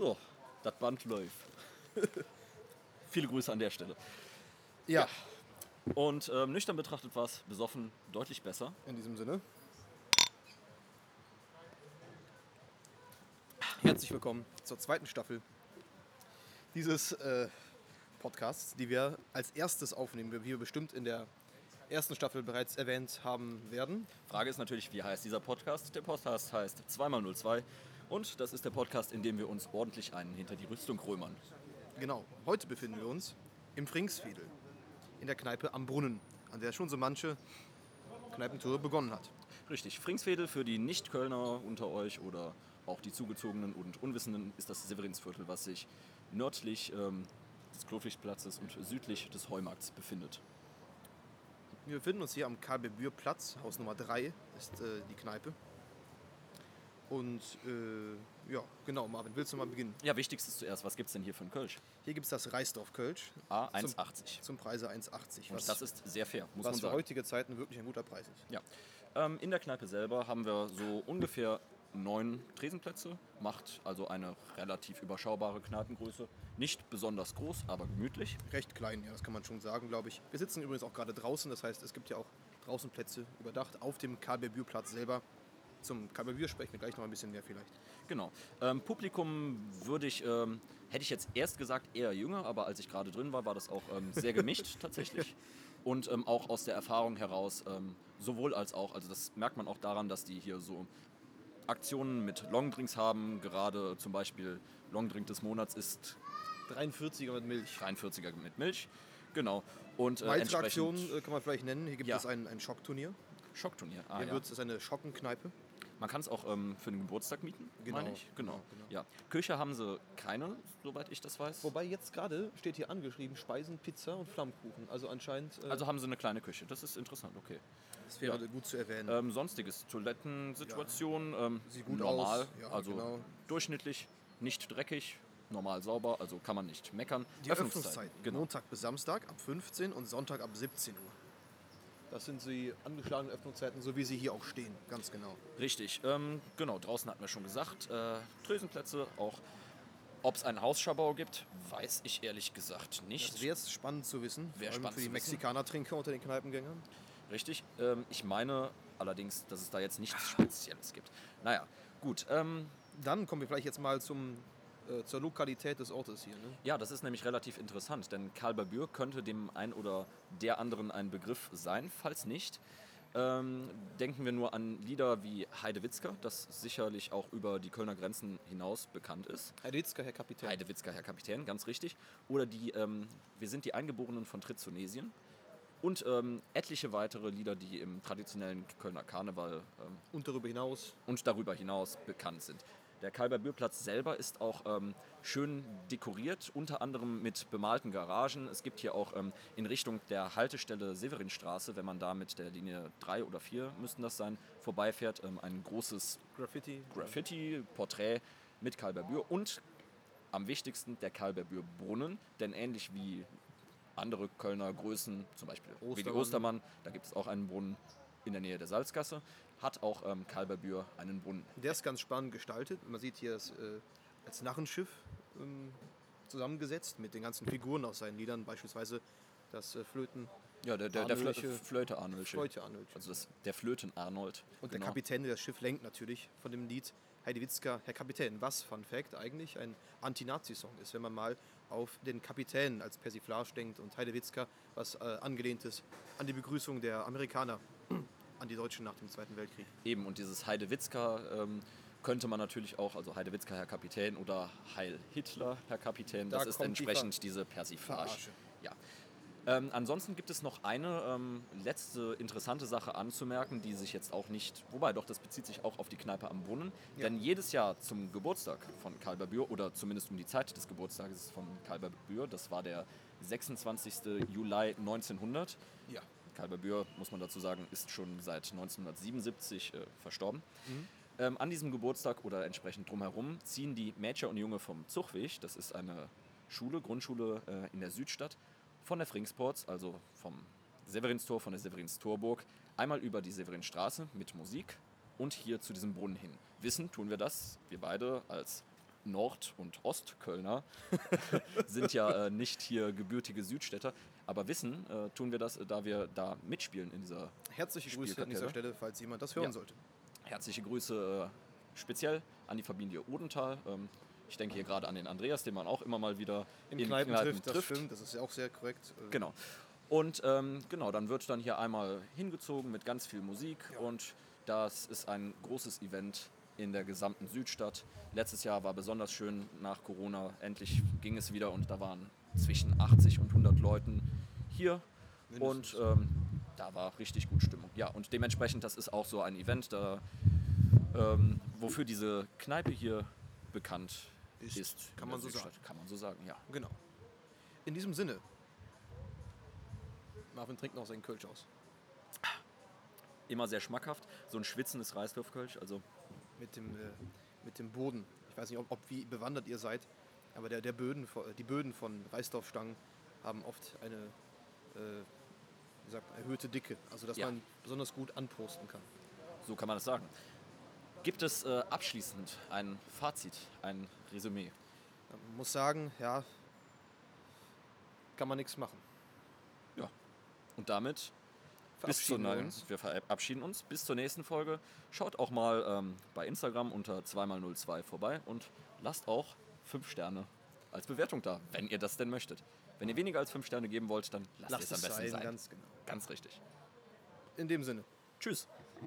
So, das Band läuft. Viele Grüße an der Stelle. Ja, Und nüchtern betrachtet war es besoffen deutlich besser. in diesem Sinne. Herzlich willkommen zur zweiten Staffel dieses Podcasts, die wir als erstes aufnehmen, wie wir bestimmt in der ersten Staffel bereits erwähnt haben werden. Frage ist natürlich, wie heißt dieser Podcast? Der Podcast heißt 2x02 und das ist der Podcast, in dem wir uns ordentlich einen hinter die Rüstung römern. Genau, heute befinden wir uns im Fringsvedel, in der Kneipe am Brunnen, an der schon so manche Kneipentour begonnen hat. Richtig, Fringsvedel für die Nicht-Kölner unter euch oder auch die Zugezogenen und Unwissenden ist das Severinsviertel, was sich nördlich des Klopfichtplatzes und südlich des Heumarkts befindet. Wir befinden uns hier am Karl-Bebür-Platz, Haus Nummer 3 ist die Kneipe. Und ja, genau, Marvin, willst du mal beginnen? Ja, wichtigstes zuerst, was gibt es denn hier für ein Kölsch? Hier gibt es das Reisdorf-Kölsch A 1,80. zum Preise 1,80. Und das ist sehr fair, muss man was für sagen. heutige Zeiten wirklich ein guter Preis ist. Ja. In der Kneipe selber haben wir so ungefähr 9 Tresenplätze, macht also eine relativ überschaubare Kneipengröße. Nicht besonders groß, aber gemütlich. Recht klein, ja, das kann man schon sagen, glaube ich. Wir sitzen übrigens auch gerade draußen, das heißt, es gibt ja auch draußen Plätze überdacht auf dem Karl-Bebür-Platz selber. Zum Karl-Bebür sprechen wir gleich noch ein bisschen mehr vielleicht. Genau. Publikum hätte ich jetzt erst gesagt eher jünger, aber als ich gerade drin war, war das auch sehr gemischt tatsächlich. Und auch aus der Erfahrung heraus sowohl als auch, also das merkt man auch daran, dass die hier so Aktionen mit Longdrinks haben. Gerade zum Beispiel Longdrink des Monats ist 43er mit Milch. 43er mit Milch. Genau. Und Weitere Aktionen entsprechend kann man vielleicht nennen. Hier gibt Ja. es ein Schockturnier. Schockturnier. Hier Ja. wird es eine Schockenkneipe. Man kann es auch für den Geburtstag mieten, Genau, meine ich. Genau. genau. Ja. Küche haben sie keine, soweit ich das weiß. Wobei jetzt gerade steht hier angeschrieben Speisen, Pizza und Flammkuchen. Also anscheinend Also haben sie eine kleine Küche. Das ist interessant, okay. das wäre ja. gut zu erwähnen. Sonstiges, Toilettensituation, Sieht gut normal, aus. Ja, also genau. durchschnittlich, nicht dreckig, normal sauber, also kann man nicht meckern. Die Öffnungszeiten. Genau. Montag bis Samstag ab 15 und Sonntag ab 17 Uhr. Das sind die angeschlagenen Öffnungszeiten, so wie sie hier auch stehen. Ganz genau. Richtig, genau, draußen hatten wir schon gesagt, Tresenplätze, auch ob es einen Hausschabau gibt, weiß ich ehrlich gesagt nicht. Das wäre jetzt spannend zu wissen. Wäre vor allem spannend für die zu wissen. Mexikaner-Trinker unter den Kneipengängern. Richtig, ich meine allerdings, dass es da jetzt nichts Spezielles gibt. Naja, gut, Dann kommen wir vielleicht jetzt mal zur Lokalität des Ortes hier. Ne? ja, das ist nämlich relativ interessant, denn Karl-Bebür könnte dem einen oder der anderen ein Begriff sein. Falls nicht, denken wir nur an Lieder wie Heidewitzka, das sicherlich auch über die Kölner Grenzen hinaus bekannt ist. Heidewitzka, Herr Kapitän. Heidewitzka, Herr Kapitän, ganz richtig. Oder die Wir sind die Eingeborenen von Trizonesien. Und etliche weitere Lieder, die im traditionellen Kölner Karneval Und darüber hinaus. und darüber hinaus bekannt sind. Der Karl-Bebür-Platz selber ist auch schön dekoriert, unter anderem mit bemalten Garagen. Es gibt hier auch in Richtung der Haltestelle Severinstraße, wenn man da mit der Linie 3 oder 4 müssten das sein, vorbeifährt, ein großes Graffiti-Porträt mit Karl-Bebür und am wichtigsten der Karl-Bebür-Brunnen, denn ähnlich wie andere Kölner Größen, zum Beispiel wie die Ostermann, da gibt es auch einen Brunnen in der Nähe der Salzgasse, hat auch Karl-Bebür einen Brunnen. Der ist ganz spannend gestaltet. Man sieht hier es als Narrenschiff zusammengesetzt mit den ganzen Figuren aus seinen Liedern, beispielsweise das Flöten. Ja, der Arnoldsche. Flöte Arnold. Flöte Arnoldsche. Also der Flöten Arnold. Und genau. der Kapitän, der das Schiff lenkt, natürlich von dem Lied Heidewitzka, Herr Kapitän. Was, Fun Fact, eigentlich ein Anti-Nazi-Song ist, wenn man mal auf den Kapitän als Persiflage denkt und Heidewitzka, was angelehnt ist an die Begrüßung der Amerikaner an die Deutschen nach dem Zweiten Weltkrieg. Eben, und dieses Heidewitzka könnte man natürlich auch, also Heidewitzka, Herr Kapitän oder Heil Hitler, Herr Kapitän, Da das ist kommt entsprechend diese Persiflage. Verarsche. Ja. Ansonsten gibt es noch eine letzte interessante Sache anzumerken, die sich jetzt auch nicht, wobei doch, das bezieht sich auch auf die Kneipe am Brunnen, denn jedes Jahr zum Geburtstag von Karl-Bebür oder zumindest um die Zeit des Geburtstages von Karl-Bebür, das war der 26. Juli 1900. Ja. Karl-Bebür, muss man dazu sagen, ist schon seit 1977 verstorben. An diesem Geburtstag oder entsprechend drumherum ziehen die Mädchen und Junge vom Zuchweg, das ist eine Grundschule in der Südstadt, von der Fringsports, also vom Severinstor, von der Severinstorburg, einmal über die Severinstraße mit Musik und hier zu diesem Brunnen hin. Wissen tun wir das, wir beide als Nord- und Ostkölner sind ja nicht hier gebürtige Südstädter, aber wissen tun wir das, da wir da mitspielen in dieser Herzliche Grüße an dieser Spielkapelle. Stelle, falls jemand das hören Ja. sollte. Herzliche Grüße speziell an die Familie Odenthal. Ich denke hier gerade an den Andreas, den man auch immer mal wieder In in Kneipen Kneipen trifft, das stimmt, das ist ja auch sehr korrekt. Genau. Und genau, dann wird dann hier einmal hingezogen mit ganz viel Musik und das ist ein großes Event in der gesamten Südstadt. Letztes Jahr war besonders schön nach Corona. Endlich ging es wieder und da waren zwischen 80 und 100 Leuten hier Mindestens. und da war richtig gut Stimmung. Ja, und dementsprechend, das ist auch so ein Event, da, wofür diese Kneipe hier bekannt ist. Kann in man der so Südstadt. Kann man so sagen, ja. Genau. In diesem Sinne, Marvin trinkt noch seinen Kölsch aus. Immer sehr schmackhaft. So ein schwitzendes Reisdorfkölsch, also Mit dem Boden. Ich weiß nicht, wie bewandert ihr seid, aber die Böden von Reisdorfstangen haben oft eine erhöhte Dicke, also dass Ja. man besonders gut anposten kann. so kann man das sagen. Gibt es abschließend ein Fazit, ein Resümee? Man muss sagen, ja, kann man nichts machen. Ja. Und damit wir verabschieden uns. Bis zur nächsten Folge. Schaut auch mal bei Instagram unter 2x02 vorbei und lasst auch 5 Sterne als Bewertung da, wenn ihr das denn möchtet. Wenn ihr weniger als 5 Sterne geben wollt, dann lasst es am besten sein. Ganz genau. Ganz richtig. In dem Sinne. Tschüss.